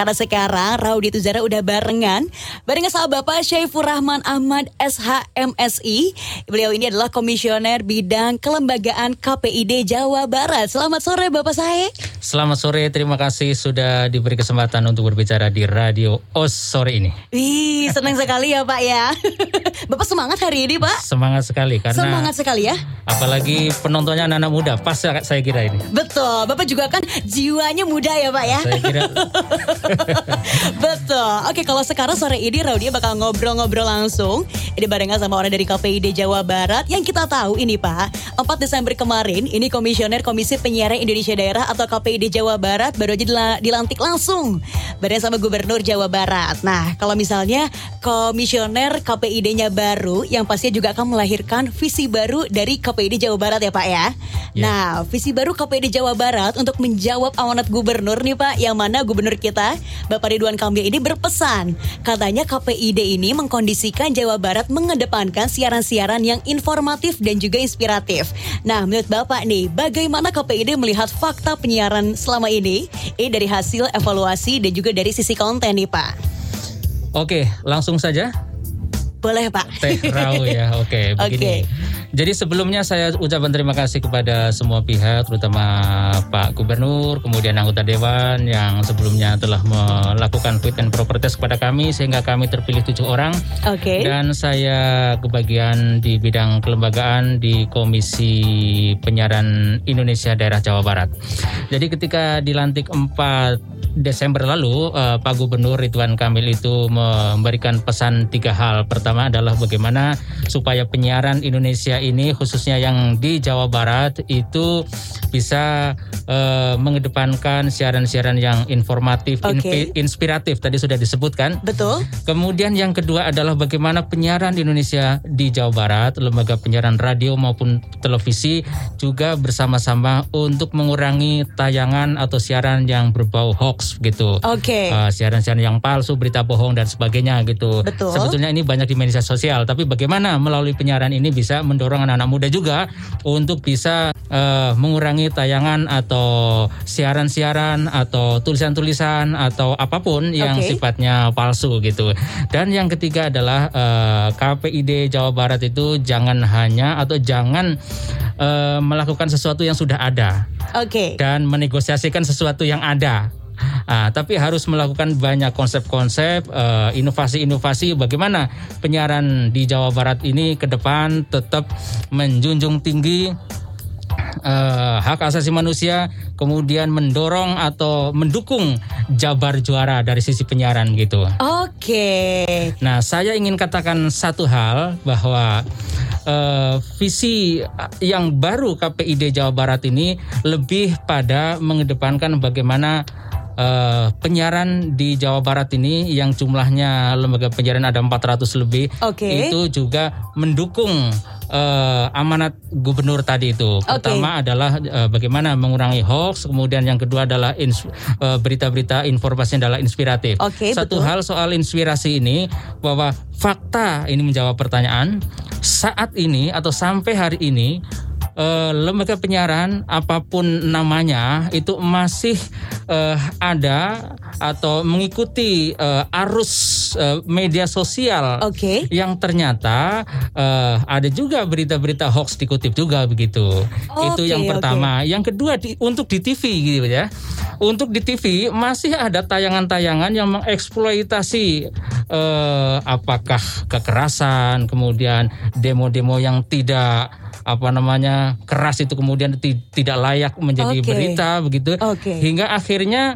Karena sekarang Raudy Tuzara udah barengan sama Bapak Syaifur Rahman Ahmad SHMSI. Beliau ini adalah Komisioner Bidang Kelembagaan KPID Jawa Barat. Selamat sore Bapak Sae. Selamat sore, terima kasih sudah diberi kesempatan untuk berbicara di Radio OS sore ini. Wih, senang sekali ya Pak ya. Bapak semangat hari ini Pak? Semangat sekali karena semangat sekali ya. Apalagi penontonnya anak-anak muda, pas saya kira ini. Betul, Bapak juga kan jiwanya muda ya Pak ya. Saya kira. Betul. Oke, kalau sekarang sore ini Raudy bakal ngobrol-ngobrol langsung. Ini barengan sama orang dari KPID Jawa Barat. Yang kita tahu ini Pak, 4 Desember kemarin ini Komisioner Komisi Penyiaran Indonesia Daerah atau KPID Jawa Barat baru aja dilantik langsung bareng sama Gubernur Jawa Barat. Nah, kalau misalnya Komisioner KPID-nya baru, yang pastinya juga akan melahirkan visi baru dari KPID Jawa Barat ya Pak ya. Nah, visi baru KPID Jawa Barat untuk menjawab amanat Gubernur nih Pak, yang mana Gubernur kita Bapak Ridwan Kamil ini berpesan, katanya KPID ini mengkondisikan Jawa Barat mengedepankan siaran-siaran yang informatif dan juga inspiratif. Nah, menurut Bapak nih, bagaimana KPID melihat fakta penyiaran selama ini? Ini dari hasil evaluasi dan juga dari sisi konten nih Pak. Oke, langsung saja. Boleh Pak. Teh Rau ya, oke, begini. Jadi sebelumnya saya ucapkan terima kasih kepada semua pihak, terutama Pak Gubernur, kemudian anggota Dewan yang sebelumnya telah melakukan fit and proper test kepada kami sehingga kami terpilih 7 orang. Dan saya kebagian di bidang kelembagaan di Komisi Penyiaran Indonesia Daerah Jawa Barat. Jadi ketika dilantik 4 Desember lalu, Pak Gubernur Ridwan Kamil itu memberikan pesan 3 hal. Pertama adalah bagaimana supaya penyiaran Indonesia ini khususnya yang di Jawa Barat itu bisa mengedepankan siaran-siaran yang informatif, inspiratif tadi sudah disebutkan. Betul. Kemudian yang kedua adalah bagaimana penyiaran Indonesia di Jawa Barat, lembaga penyiaran radio maupun televisi juga bersama-sama untuk mengurangi tayangan atau siaran yang berbau hoax gitu. Siaran-siaran yang palsu, berita bohong dan sebagainya gitu. Betul. Sebetulnya ini banyak di media sosial, tapi bagaimana melalui penyiaran ini bisa mendorong anak-anak muda juga untuk bisa mengurangi tayangan atau siaran-siaran atau tulisan-tulisan atau apapun yang sifatnya palsu gitu. Dan yang ketiga adalah KPID Jawa Barat itu jangan melakukan sesuatu yang sudah ada dan menegosiasikan sesuatu yang ada. Tapi harus melakukan banyak konsep-konsep, inovasi-inovasi bagaimana penyiaran di Jawa Barat ini ke depan tetap menjunjung tinggi hak asasi manusia, kemudian mendorong atau mendukung Jabar juara dari sisi penyiaran gitu. Nah, saya ingin katakan satu hal bahwa visi yang baru KPID Jawa Barat ini lebih pada mengedepankan bagaimana penyiaran di Jawa Barat ini yang jumlahnya lembaga penyiaran ada 400 lebih itu juga mendukung amanat Gubernur tadi itu. Pertama adalah bagaimana mengurangi hoax, kemudian yang kedua adalah berita-berita informasi adalah inspiratif. Satu hal soal inspirasi ini bahwa fakta ini menjawab pertanyaan saat ini atau sampai hari ini lembaga penyiaran apapun namanya itu masih ada atau mengikuti arus media sosial yang ternyata ada juga berita-berita hoax dikutip juga begitu. Itu yang pertama. Yang kedua untuk di TV gitu ya. Untuk di TV masih ada tayangan-tayangan yang mengeksploitasi apakah kekerasan, kemudian demo-demo yang tidak keras itu kemudian tidak layak menjadi berita begitu. Hingga akhirnya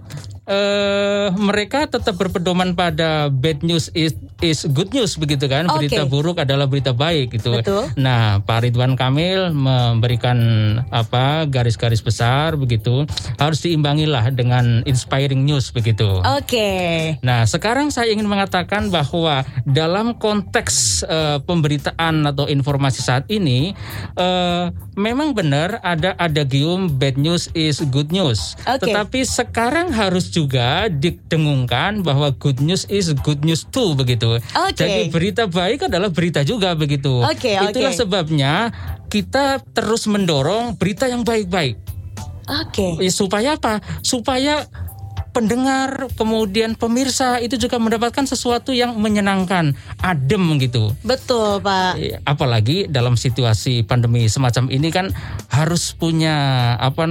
mereka tetap berpedoman pada bad news is good news begitu kan. Berita buruk adalah berita baik gitu. Nah, Pak Ridwan Kamil memberikan garis-garis besar begitu, harus diimbangilah dengan inspiring news begitu. Nah, sekarang saya ingin mengatakan bahwa dalam konteks pemberitaan atau informasi saat ini memang benar ada adagium bad news is good news. Tetapi sekarang harus juga didengungkan bahwa good news is good news too begitu. Jadi berita baik adalah berita juga begitu. Itulah sebabnya kita terus mendorong berita yang baik-baik. Supaya apa? Supaya pendengar, kemudian pemirsa itu juga mendapatkan sesuatu yang menyenangkan, adem gitu. Betul, Pak. Apalagi dalam situasi pandemi semacam ini kan harus punya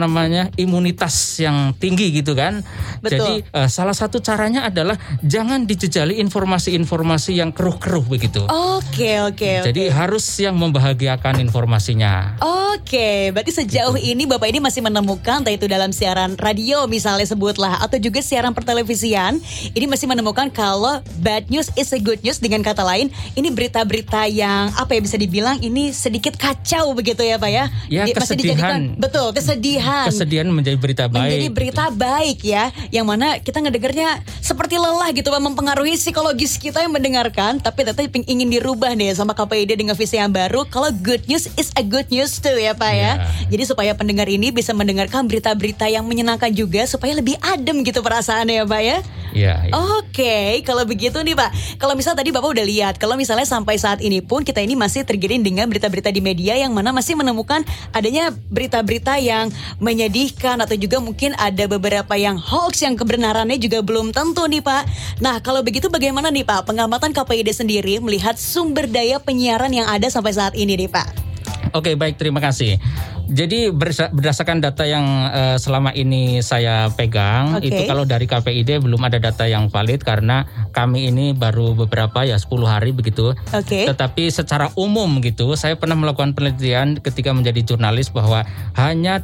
imunitas yang tinggi gitu kan. Betul. Jadi salah satu caranya adalah jangan dijejali informasi-informasi yang keruh-keruh begitu. Oke. Jadi harus yang membahagiakan informasinya. Oke, berarti sejauh ini Bapak ini masih menemukan, entah itu dalam siaran radio misalnya sebutlah, atau juga siaran pertelevisian, ini masih menemukan kalau bad news is a good news. Dengan kata lain, ini berita-berita yang bisa dibilang ini sedikit kacau begitu ya Pak ya? Ya, kesedihan. Betul, kesedihan. Kesedihan menjadi berita baik. Menjadi berita baik ya, yang mana kita ngedengarnya seperti lelah gitu Pak, mempengaruhi psikologis kita yang mendengarkan, tapi ternyata ingin dirubah nih sama KPID dengan visi yang baru, kalau good news is a good news too ya Pak ya. Jadi supaya pendengar ini bisa mendengarkan berita-berita yang menyenangkan juga, supaya lebih adem gitu perasaannya ya Pak ya. Iya. Oke, kalau begitu nih Pak, kalau misalnya tadi Bapak udah lihat, kalau misalnya sampai saat ini pun kita ini masih tergiring dengan berita-berita di media yang mana masih menemukan adanya berita-berita yang menyedihkan, atau juga mungkin ada beberapa yang hoax yang kebenarannya juga belum tentu nih Pak. Nah, kalau begitu bagaimana nih Pak pengamatan KPID sendiri melihat sumber daya penyiaran yang ada sampai saat ini nih Pak? Oke, baik, terima kasih. Jadi berdasarkan data yang selama ini saya pegang, itu kalau dari KPID belum ada data yang valid karena kami ini baru beberapa 10 hari begitu. Tetapi secara umum gitu, saya pernah melakukan penelitian ketika menjadi jurnalis bahwa hanya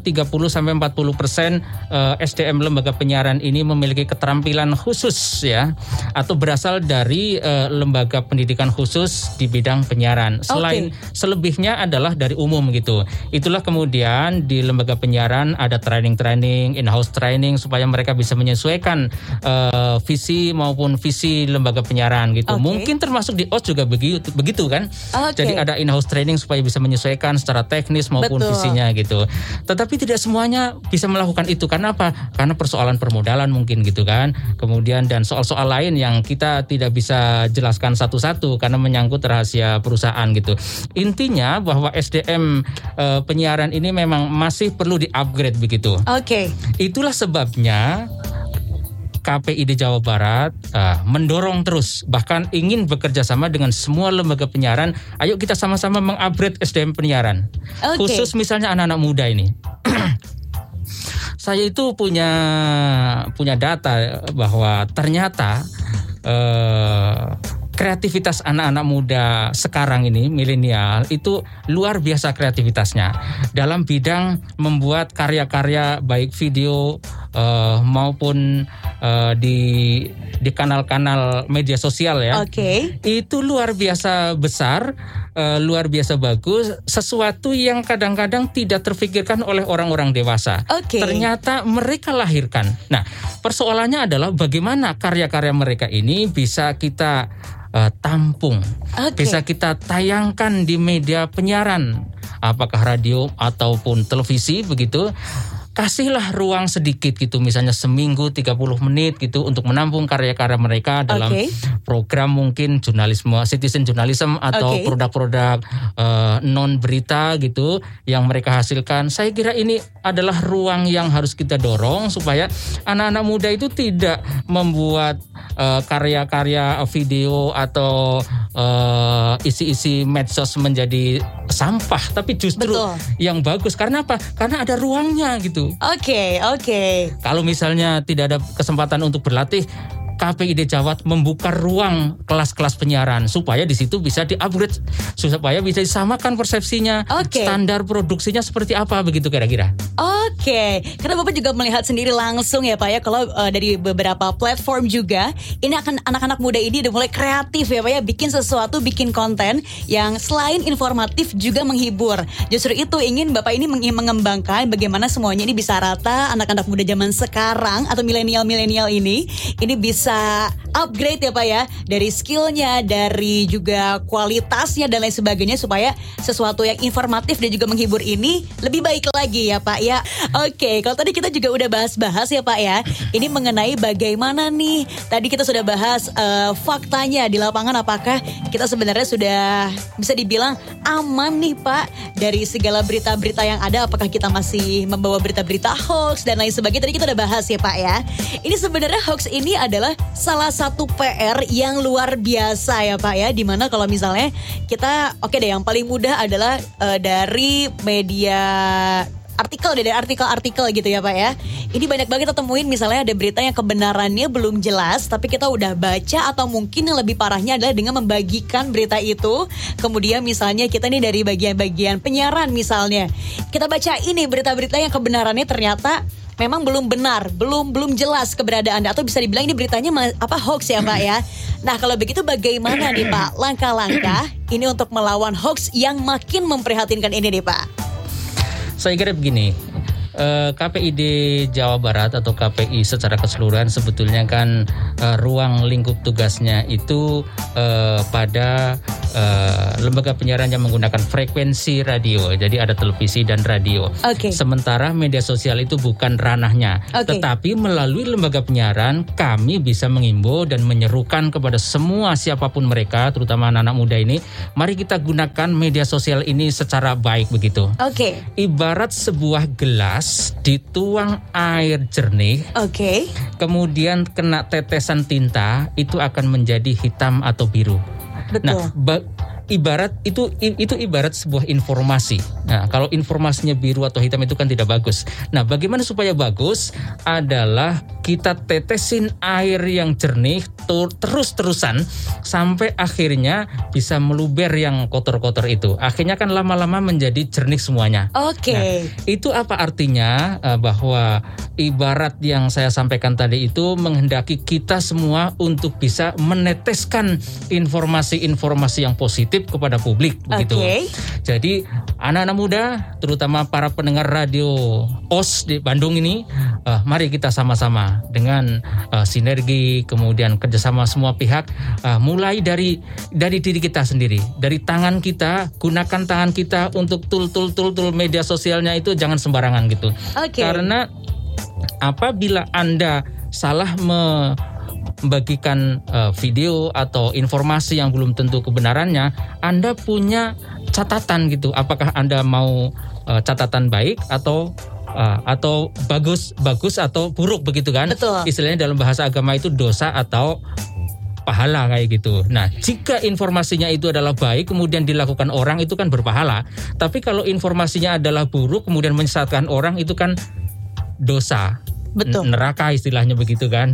30-40% SDM lembaga penyiaran ini memiliki keterampilan khusus ya, atau berasal dari lembaga pendidikan khusus di bidang penyiaran. Selain selebihnya adalah dari umum gitu. Itulah kemudian di lembaga penyiaran ada training, in-house training supaya mereka bisa menyesuaikan visi maupun visi lembaga penyiaran gitu. Mungkin termasuk di OS juga begitu kan. Jadi ada in-house training supaya bisa menyesuaikan secara teknis maupun visinya gitu. Tetapi tidak semuanya bisa melakukan itu. Karena apa? Karena persoalan permodalan mungkin gitu kan. Kemudian dan soal-soal lain yang kita tidak bisa jelaskan satu-satu karena menyangkut rahasia perusahaan gitu. Intinya bahwa SDM penyiaran ini memang masih perlu di-upgrade begitu. Itulah sebabnya KPID Jawa Barat mendorong terus, bahkan ingin bekerja sama dengan semua lembaga penyiaran. Ayo kita sama-sama mengupgrade SDM penyiaran. Khusus misalnya anak-anak muda ini. Saya itu punya data bahwa ternyata kreativitas anak-anak muda sekarang ini, milenial, itu luar biasa kreativitasnya dalam bidang membuat karya-karya baik video maupun di kanal-kanal media sosial ya. Itu luar biasa besar, luar biasa bagus, sesuatu yang kadang-kadang tidak terfikirkan oleh orang-orang dewasa. Ternyata mereka lahirkan. Nah, persoalannya adalah bagaimana karya-karya mereka ini bisa kita tampung, bisa kita tayangkan di media penyiaran, apakah radio ataupun televisi begitu. Kasihlah ruang sedikit gitu, misalnya seminggu 30 menit gitu untuk menampung karya-karya mereka dalam program mungkin jurnalisme, citizen journalism atau produk-produk non berita gitu yang mereka hasilkan. Saya kira ini adalah ruang yang harus kita dorong supaya anak-anak muda itu tidak membuat karya-karya video atau isi-isi medsos menjadi sampah, tapi justru yang bagus. Karena apa? Karena ada ruangnya gitu. Kalau misalnya tidak ada kesempatan untuk berlatih, KPID Jawa membuka ruang kelas-kelas penyiaran supaya di situ bisa di-upgrade, supaya bisa disamakan persepsinya, standar produksinya seperti apa begitu kira-kira. Karena Bapak juga melihat sendiri langsung ya Pak ya, kalau dari beberapa platform juga, ini akan anak-anak muda ini udah mulai kreatif ya Pak ya, bikin sesuatu, bikin konten yang selain informatif juga menghibur. Justru itu ingin Bapak ini mengembangkan bagaimana semuanya ini bisa rata, anak-anak muda zaman sekarang atau milenial-milenial ini bisa bisa upgrade ya Pak ya, dari skillnya, dari juga kualitasnya dan lain sebagainya, supaya sesuatu yang informatif dan juga menghibur ini lebih baik lagi ya Pak ya. Oke, kalau tadi kita juga udah bahas-bahas ya Pak ya, ini mengenai bagaimana nih, tadi kita sudah bahas faktanya di lapangan, apakah kita sebenarnya sudah bisa dibilang aman nih Pak dari segala berita-berita yang ada, apakah kita masih membawa berita-berita hoax dan lain sebagainya. Tadi kita udah bahas ya Pak ya. Ini sebenarnya hoax ini adalah salah satu PR yang luar biasa ya Pak ya, dimana kalau misalnya kita, oke deh, yang paling mudah adalah dari media artikel, dari artikel-artikel gitu ya Pak ya. Ini banyak banget kita temuin misalnya ada berita yang kebenarannya belum jelas, tapi kita udah baca, atau mungkin yang lebih parahnya adalah dengan membagikan berita itu. Kemudian misalnya kita nih dari bagian-bagian penyiaran misalnya, kita baca ini berita-berita yang kebenarannya ternyata memang belum benar, belum jelas keberadaannya, atau bisa dibilang ini beritanya hoax ya Pak ya. Nah kalau begitu bagaimana nih Pak langkah-langkah ini untuk melawan hoax yang makin memprihatinkan ini nih Pak? Saya kira begini, KPID Jawa Barat atau KPI secara keseluruhan sebetulnya kan ruang lingkup tugasnya itu pada lembaga penyiaran yang menggunakan frekuensi radio. Jadi ada televisi dan radio. Okay. Sementara media sosial itu bukan ranahnya. Okay. Tetapi melalui lembaga penyiaran kami bisa mengimbau dan menyerukan kepada semua siapapun mereka, terutama anak-anak muda ini, mari kita gunakan media sosial ini secara baik begitu. Oke. Ibarat sebuah gelas dituang air jernih. Oke. Kemudian kena tetesan tinta, itu akan menjadi hitam atau biru. Betul. Nah, ibarat itu ibarat sebuah informasi. Nah, kalau informasinya biru atau hitam itu kan tidak bagus. Nah, bagaimana supaya bagus? Adalah kita tetesin air yang jernih terus-terusan sampai akhirnya bisa meluber yang kotor-kotor itu. Akhirnya kan lama-lama menjadi jernih semuanya. Oke. Nah, itu apa artinya? Bahwa ibarat yang saya sampaikan tadi itu menghendaki kita semua untuk bisa meneteskan informasi-informasi yang positif kepada publik begitu. Jadi anak-anak muda, terutama para pendengar radio OS di Bandung ini, mari kita sama-sama dengan sinergi, kemudian kerjasama semua pihak, mulai dari diri kita sendiri, dari tangan kita, gunakan tangan kita untuk tool media sosialnya itu jangan sembarangan gitu. Karena apabila Anda salah membagikan video atau informasi yang belum tentu kebenarannya, Anda punya catatan gitu. Apakah Anda mau catatan baik atau bagus atau buruk begitu kan? Betul. Istilahnya dalam bahasa agama itu dosa atau pahala kayak gitu. Nah, jika informasinya itu adalah baik kemudian dilakukan orang, itu kan berpahala. Tapi kalau informasinya adalah buruk kemudian menyesatkan orang, itu kan dosa. Betul. Neraka istilahnya begitu kan.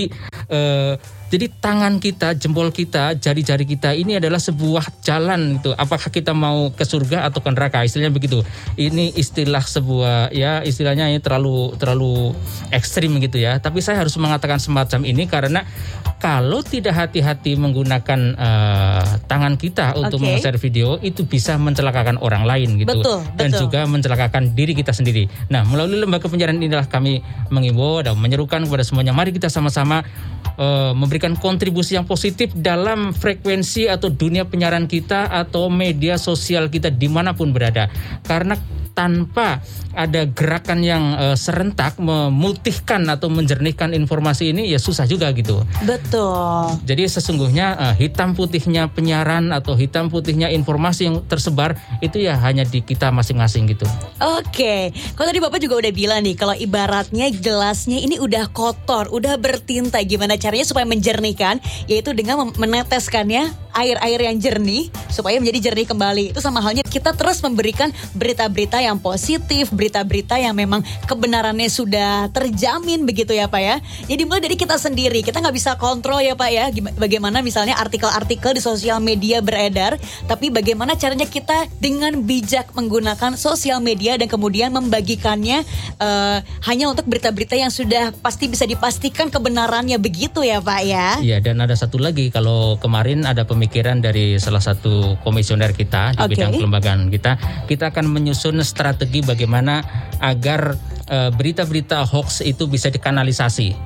Jadi tangan kita, jempol kita, jari-jari kita ini adalah sebuah jalan gitu. Apakah kita mau ke surga atau ke neraka, istilahnya begitu. Ini istilah sebuah, ya istilahnya ini terlalu ekstrim gitu ya. Tapi saya harus mengatakan semacam ini karena kalau tidak hati-hati menggunakan tangan kita untuk meng-share video, itu bisa mencelakakan orang lain gitu. Dan juga mencelakakan diri kita sendiri. Nah, melalui lembaga penyiaran inilah kami mengimbau dan menyerukan kepada semuanya, mari kita sama-sama memberikan kontribusi yang positif dalam frekuensi atau dunia penyiaran kita atau media sosial kita dimanapun berada. Karena tanpa ada gerakan yang serentak memutihkan atau menjernihkan informasi ini, ya susah juga gitu. Betul. Jadi sesungguhnya hitam putihnya penyiaran atau hitam putihnya informasi yang tersebar itu ya hanya di kita masing-masing gitu. Oke. Kalau tadi Bapak juga udah bilang nih, kalau ibaratnya gelasnya ini udah kotor, udah bertinta, gimana caranya supaya menjernihkan? Yaitu dengan meneteskannya air-air yang jernih supaya menjadi jernih kembali. Itu sama halnya kita terus memberikan berita-berita yang positif, berita-berita yang memang kebenarannya sudah terjamin begitu ya Pak ya. Jadi mulai dari kita sendiri, kita nggak bisa kontrol ya Pak ya, bagaimana misalnya artikel-artikel di sosial media beredar, tapi bagaimana caranya kita dengan bijak menggunakan sosial media dan kemudian membagikannya hanya untuk berita-berita yang sudah pasti bisa dipastikan kebenarannya begitu ya Pak ya. Iya, dan ada satu lagi, kalau kemarin ada pemikiran dari salah satu komisioner kita di bidang kelembagaan kita akan menyusun strategi bagaimana agar berita-berita hoax itu bisa dikanalisasi.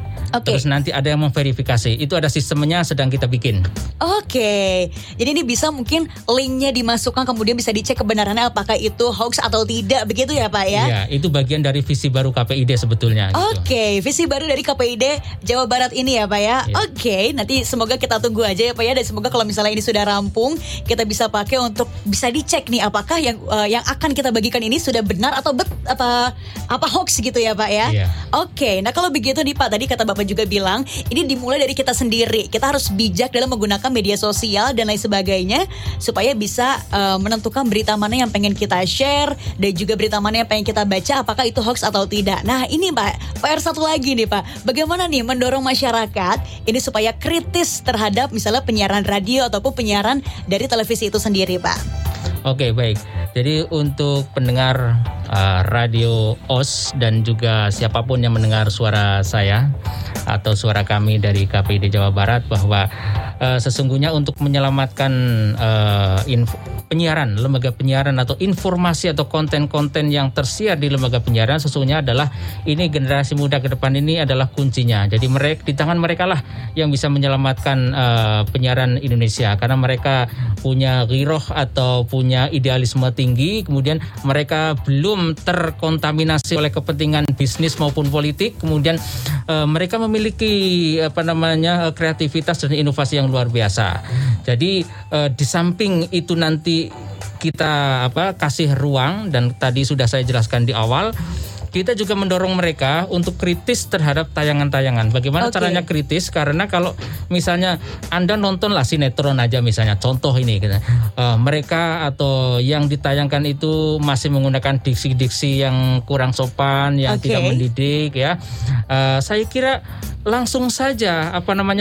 Terus nanti ada yang memverifikasi. Itu ada sistemnya sedang kita bikin. Jadi ini bisa mungkin linknya dimasukkan kemudian bisa dicek kebenarannya apakah itu hoax atau tidak, begitu ya Pak ya? Iya, itu bagian dari visi baru KPID sebetulnya. Visi baru dari KPID Jawa Barat ini ya Pak ya? Nanti semoga kita tunggu aja ya Pak ya, dan semoga kalau misalnya ini sudah rampung kita bisa pakai untuk bisa dicek nih apakah yang akan kita bagikan ini sudah benar atau apa hoax gitu ya Pak ya? Nah kalau begitu nih Pak, tadi kata Bapak juga bilang ini dimulai dari kita sendiri. Kita harus bijak dalam menggunakan media sosial dan lain sebagainya supaya bisa menentukan berita mana yang pengen kita share dan juga berita mana yang pengen kita baca, apakah itu hoax atau tidak. Nah ini Pak, PR satu lagi nih Pak, bagaimana nih mendorong masyarakat ini supaya kritis terhadap misalnya penyiaran radio ataupun penyiaran dari televisi itu sendiri Pak? Baik. Jadi untuk pendengar radio OS dan juga siapapun yang mendengar suara saya atau suara kami dari KPID Jawa Barat, bahwa sesungguhnya untuk menyelamatkan penyiaran, lembaga penyiaran atau informasi atau konten-konten yang tersiar di lembaga penyiaran, sesungguhnya adalah ini generasi muda ke depan ini adalah kuncinya. Jadi di tangan mereka lah yang bisa menyelamatkan penyiaran Indonesia, karena mereka punya ghiroh atau punya idealisme tinggi, kemudian mereka belum terkontaminasi oleh kepentingan bisnis maupun politik, kemudian mereka memiliki kreativitas dan inovasi yang luar biasa. Jadi di samping itu nanti kita kasih ruang, dan tadi sudah saya jelaskan di awal, kita juga mendorong mereka untuk kritis terhadap tayangan-tayangan. Bagaimana caranya kritis? Karena kalau misalnya Anda nontonlah sinetron aja misalnya, contoh ini, mereka atau yang ditayangkan itu masih menggunakan diksi-diksi yang kurang sopan, yang tidak mendidik ya. Saya kira langsung saja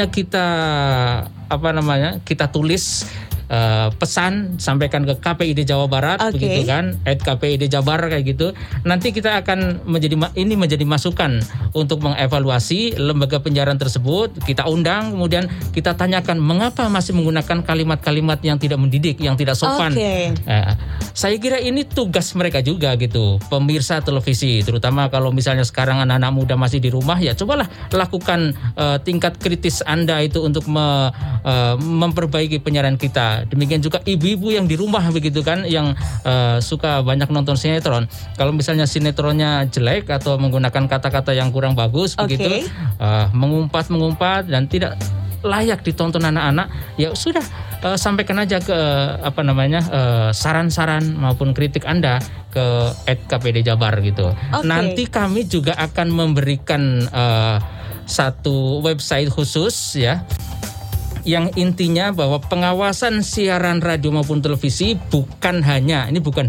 kita tulis pesan, sampaikan ke KPID Jawa Barat, begitu kan, @KPID Jabar kayak gitu. Nanti kita akan menjadi masukan untuk mengevaluasi lembaga penyiaran tersebut. Kita undang, kemudian kita tanyakan mengapa masih menggunakan kalimat-kalimat yang tidak mendidik, yang tidak sopan. Saya kira ini tugas mereka juga gitu, pemirsa televisi, terutama kalau misalnya sekarang anak-anak muda masih di rumah, ya cobalah lakukan tingkat kritis Anda itu untuk memperbaiki penyiaran kita. Demikian juga ibu-ibu yang di rumah begitu kan, yang suka banyak nonton sinetron. Kalau misalnya sinetronnya jelek atau menggunakan kata-kata yang kurang bagus begitu, mengumpat dan tidak layak ditonton anak-anak, ya sudah sampaikan aja ke saran-saran maupun kritik Anda ke @KPID Jabar gitu. Nanti kami juga akan memberikan satu website khusus ya, yang intinya bahwa pengawasan siaran radio maupun televisi bukan hanya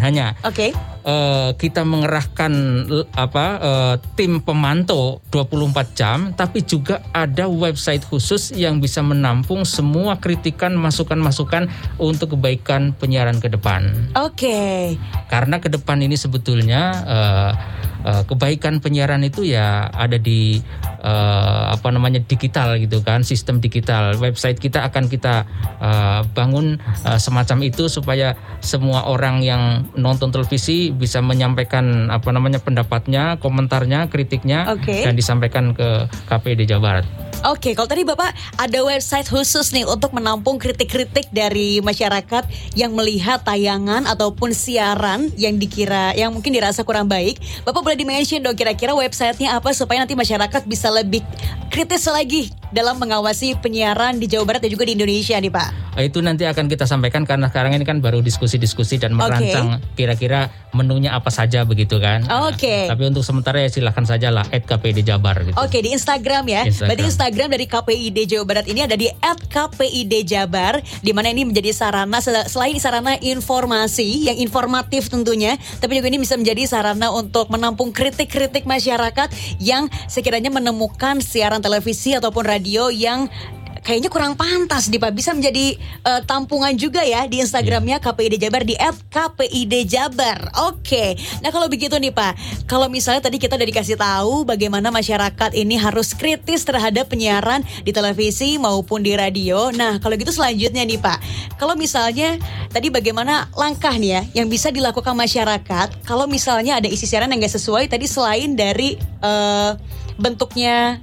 kita mengerahkan tim pemantau 24 jam, tapi juga ada website khusus yang bisa menampung semua kritikan, masukan-masukan untuk kebaikan penyiaran ke depan. Karena ke depan ini sebetulnya kebaikan penyiaran itu ya ada di digital gitu kan, sistem digital. Website kita akan kita bangun semacam itu supaya semua orang yang nonton televisi bisa menyampaikan pendapatnya, komentarnya, kritiknya, dan disampaikan ke KPID Jawa Barat. Kalau tadi Bapak ada website khusus nih untuk menampung kritik-kritik dari masyarakat yang melihat tayangan ataupun siaran yang mungkin dirasa kurang baik. Bapak boleh di-mention dong kira-kira websitenya apa supaya nanti masyarakat bisa lebih kritis lagi dalam mengawasi penyiaran di Jawa Barat dan juga di Indonesia nih Pak. Itu nanti akan kita sampaikan karena sekarang ini kan baru diskusi-diskusi dan merancang kira-kira menunya apa saja begitu kan. Tapi untuk sementara ya silahkan saja lah @KPID Jabar gitu. Di Instagram ya. Berarti Instagram dari KPID Jawa Barat ini ada di @KPID Jabar, di mana ini menjadi sarana, selain sarana informasi yang informatif tentunya, tapi juga ini bisa menjadi sarana untuk menampung kritik-kritik masyarakat yang sekiranya menemukan siaran televisi ataupun radio yang kayaknya kurang pantas nih Pak. Bisa menjadi tampungan juga ya di Instagramnya KPID Jabar di @KPID Jabar. Nah kalau begitu nih Pak, kalau misalnya tadi kita udah dikasih tahu bagaimana masyarakat ini harus kritis terhadap penyiaran di televisi maupun di radio. Nah kalau gitu selanjutnya nih Pak, kalau misalnya tadi bagaimana langkah nih ya yang bisa dilakukan masyarakat kalau misalnya ada isi siaran yang gak sesuai tadi, selain dari bentuknya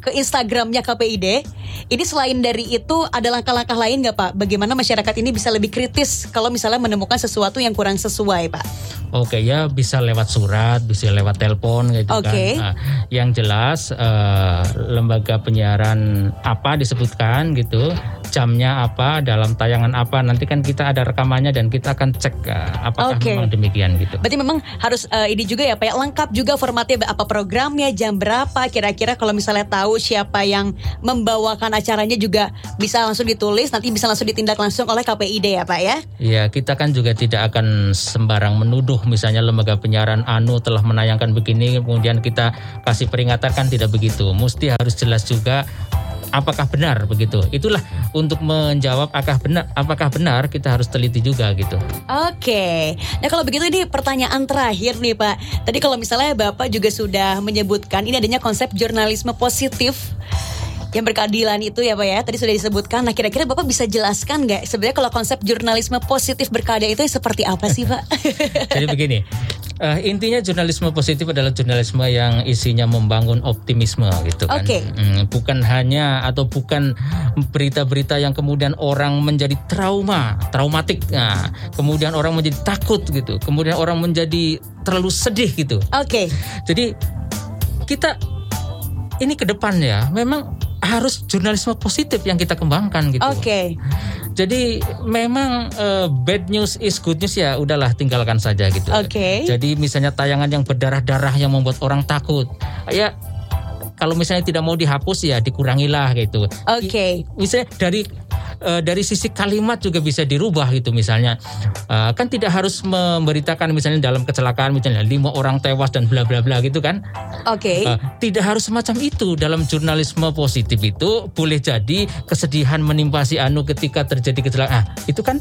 ke Instagramnya KPID. Ini selain dari itu ada langkah-langkah lain nggak Pak? Bagaimana masyarakat ini bisa lebih kritis kalau misalnya menemukan sesuatu yang kurang sesuai Pak? Oke, ya bisa lewat surat, bisa lewat telepon gitu kan. Nah, yang jelas lembaga penyiaran apa disebutkan gitu, jamnya apa, dalam tayangan apa, nanti kan kita ada rekamannya dan kita akan cek apakah memang demikian gitu. Berarti memang harus ini juga ya Pak, ya, lengkap juga formatnya, apa programnya, jam berapa, kira-kira kalau misalnya tahu siapa yang membawakan acaranya juga bisa langsung ditulis, nanti bisa langsung ditindak langsung oleh KPID ya Pak ya? Iya, kita kan juga tidak akan sembarang menuduh misalnya lembaga penyiaran telah menayangkan begini, kemudian kita kasih peringatan, kan tidak begitu. Mesti harus jelas juga apakah benar begitu. Itulah untuk menjawab apakah benar kita harus teliti juga gitu. Oke. Nah kalau begitu ini pertanyaan terakhir nih Pak. Tadi kalau misalnya Bapak juga sudah menyebutkan ini adanya konsep jurnalisme positif yang berkeadilan itu ya Pak ya, tadi sudah disebutkan. Nah kira-kira Bapak bisa jelaskan nggak sebenarnya kalau konsep jurnalisme positif berkeadilan itu seperti apa sih Pak? Jadi begini, intinya jurnalisme positif adalah jurnalisme yang isinya membangun optimisme gitu kan. Bukan hanya atau bukan berita-berita yang kemudian orang menjadi traumatik, nah, kemudian orang menjadi takut gitu, kemudian orang menjadi terlalu sedih gitu. Jadi kita ini ke depan ya memang harus jurnalisme positif yang kita kembangkan gitu. Jadi memang bad news is good news ya, udahlah tinggalkan saja gitu. Jadi misalnya tayangan yang berdarah-darah yang membuat orang takut, ya kalau misalnya tidak mau dihapus ya dikurangilah gitu. Misalnya dari sisi kalimat juga bisa dirubah gitu, misalnya kan tidak harus memberitakan misalnya dalam kecelakaan misalnya 5 orang tewas dan bla bla bla gitu kan. Tidak harus semacam itu. Dalam jurnalisme positif itu boleh jadi kesedihan menimpa si anu ketika terjadi kecelakaan. Itu kan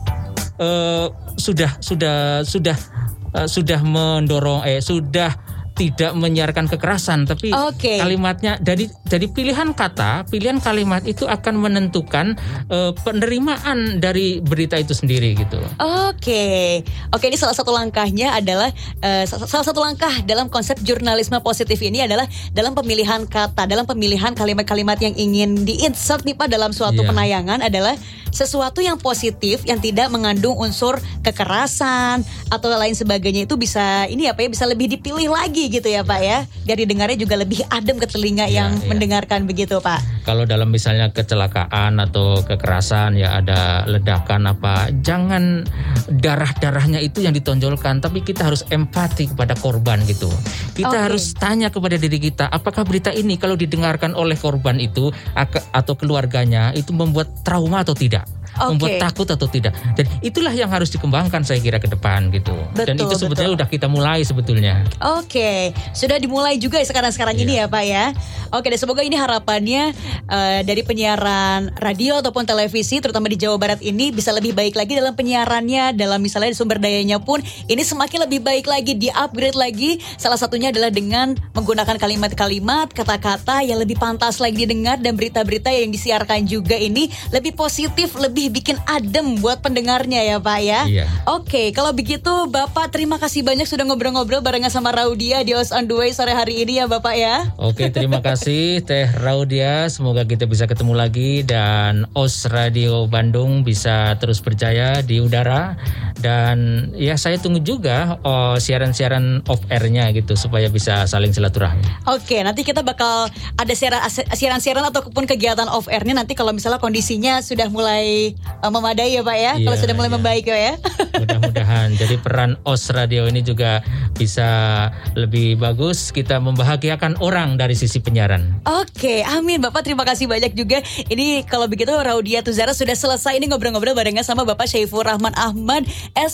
sudah mendorong sudah tidak menyiarkan kekerasan, tapi kalimatnya dari pilihan kata, pilihan kalimat itu akan menentukan penerimaan dari berita itu sendiri gitu. Ini salah satu langkahnya adalah salah satu langkah dalam konsep jurnalisme positif ini adalah dalam pemilihan kata, dalam pemilihan kalimat-kalimat yang ingin di-insert nih Pak dalam suatu penayangan adalah sesuatu yang positif yang tidak mengandung unsur kekerasan atau lain sebagainya, itu bisa ini apa ya, bisa lebih dipilih lagi gitu ya Pak ya, biar didengarnya juga lebih adem ke telinga yang mendengarkan begitu Pak. Kalau dalam misalnya kecelakaan atau kekerasan ya ada ledakan apa, jangan darah-darahnya itu yang ditonjolkan, tapi kita harus empati kepada korban gitu. Kita harus tanya kepada diri kita, apakah berita ini kalau didengarkan oleh korban itu atau keluarganya itu membuat trauma atau tidak? Membuat takut atau tidak. Dan itulah yang harus dikembangkan saya kira ke depan gitu. Dan itu sebetulnya udah kita mulai sebetulnya. Sudah dimulai juga sekarang ini ya Pak ya. Dan semoga ini harapannya dari penyiaran radio ataupun televisi terutama di Jawa Barat ini bisa lebih baik lagi dalam penyiarannya, dalam misalnya sumber dayanya pun ini semakin lebih baik lagi, di-upgrade lagi. Salah satunya adalah dengan menggunakan kalimat-kalimat, kata-kata yang lebih pantas lagi didengar, dan berita-berita yang disiarkan juga ini lebih positif, lebih bikin adem buat pendengarnya ya Pak ya. Kalau begitu Bapak terima kasih banyak sudah ngobrol-ngobrol barengan sama Raudia di Os on the Way sore hari ini ya Bapak ya. Terima kasih Teh Raudia, semoga kita bisa ketemu lagi dan Os Radio Bandung bisa terus berjaya di udara, dan ya saya tunggu juga siaran-siaran off air-nya gitu supaya bisa saling silaturahmi. Nanti kita bakal ada siaran-siaran ataupun kegiatan off air-nya nanti kalau misalnya kondisinya sudah mulai memadai ya Pak ya, kalau sudah mulai membaik ya. Mudah-mudahan. Jadi peran Os Radio ini juga bisa lebih bagus, kita membahagiakan orang dari sisi penyiaran. Amin Bapak, terima kasih banyak juga. Ini kalau begitu Raudia Tuzara sudah selesai ini ngobrol-ngobrol barengan sama Bapak Syaifur Rahman Ahmad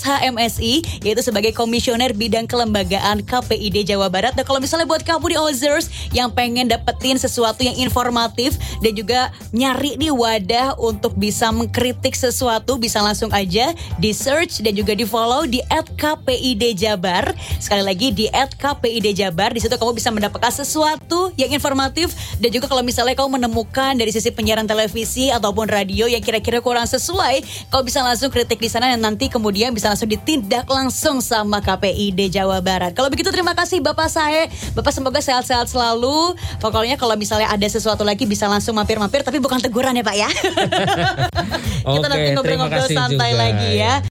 SHMSI, yaitu sebagai Komisioner Bidang Kelembagaan KPID Jawa Barat. Dan kalau misalnya buat kamu di Ozers yang pengen dapetin sesuatu yang informatif dan juga nyari nih wadah untuk bisa mengkritik kritik sesuatu bisa langsung aja di search dan juga di follow di @kpidjabar. Sekali lagi di @kpidjabar. Di situ kamu bisa mendapatkan sesuatu yang informatif, dan juga kalau misalnya kamu menemukan dari sisi penyiaran televisi ataupun radio yang kira-kira kurang sesuai, kamu bisa langsung kritik di sana dan nanti kemudian bisa langsung ditindak langsung sama KPID Jawa Barat. Kalau begitu terima kasih Bapak Sae. Bapak semoga sehat-sehat selalu. Pokoknya kalau misalnya ada sesuatu lagi bisa langsung mampir-mampir, tapi bukan teguran ya Pak ya. Kita nanti ngobrol-ngobrol santai juga lagi ya.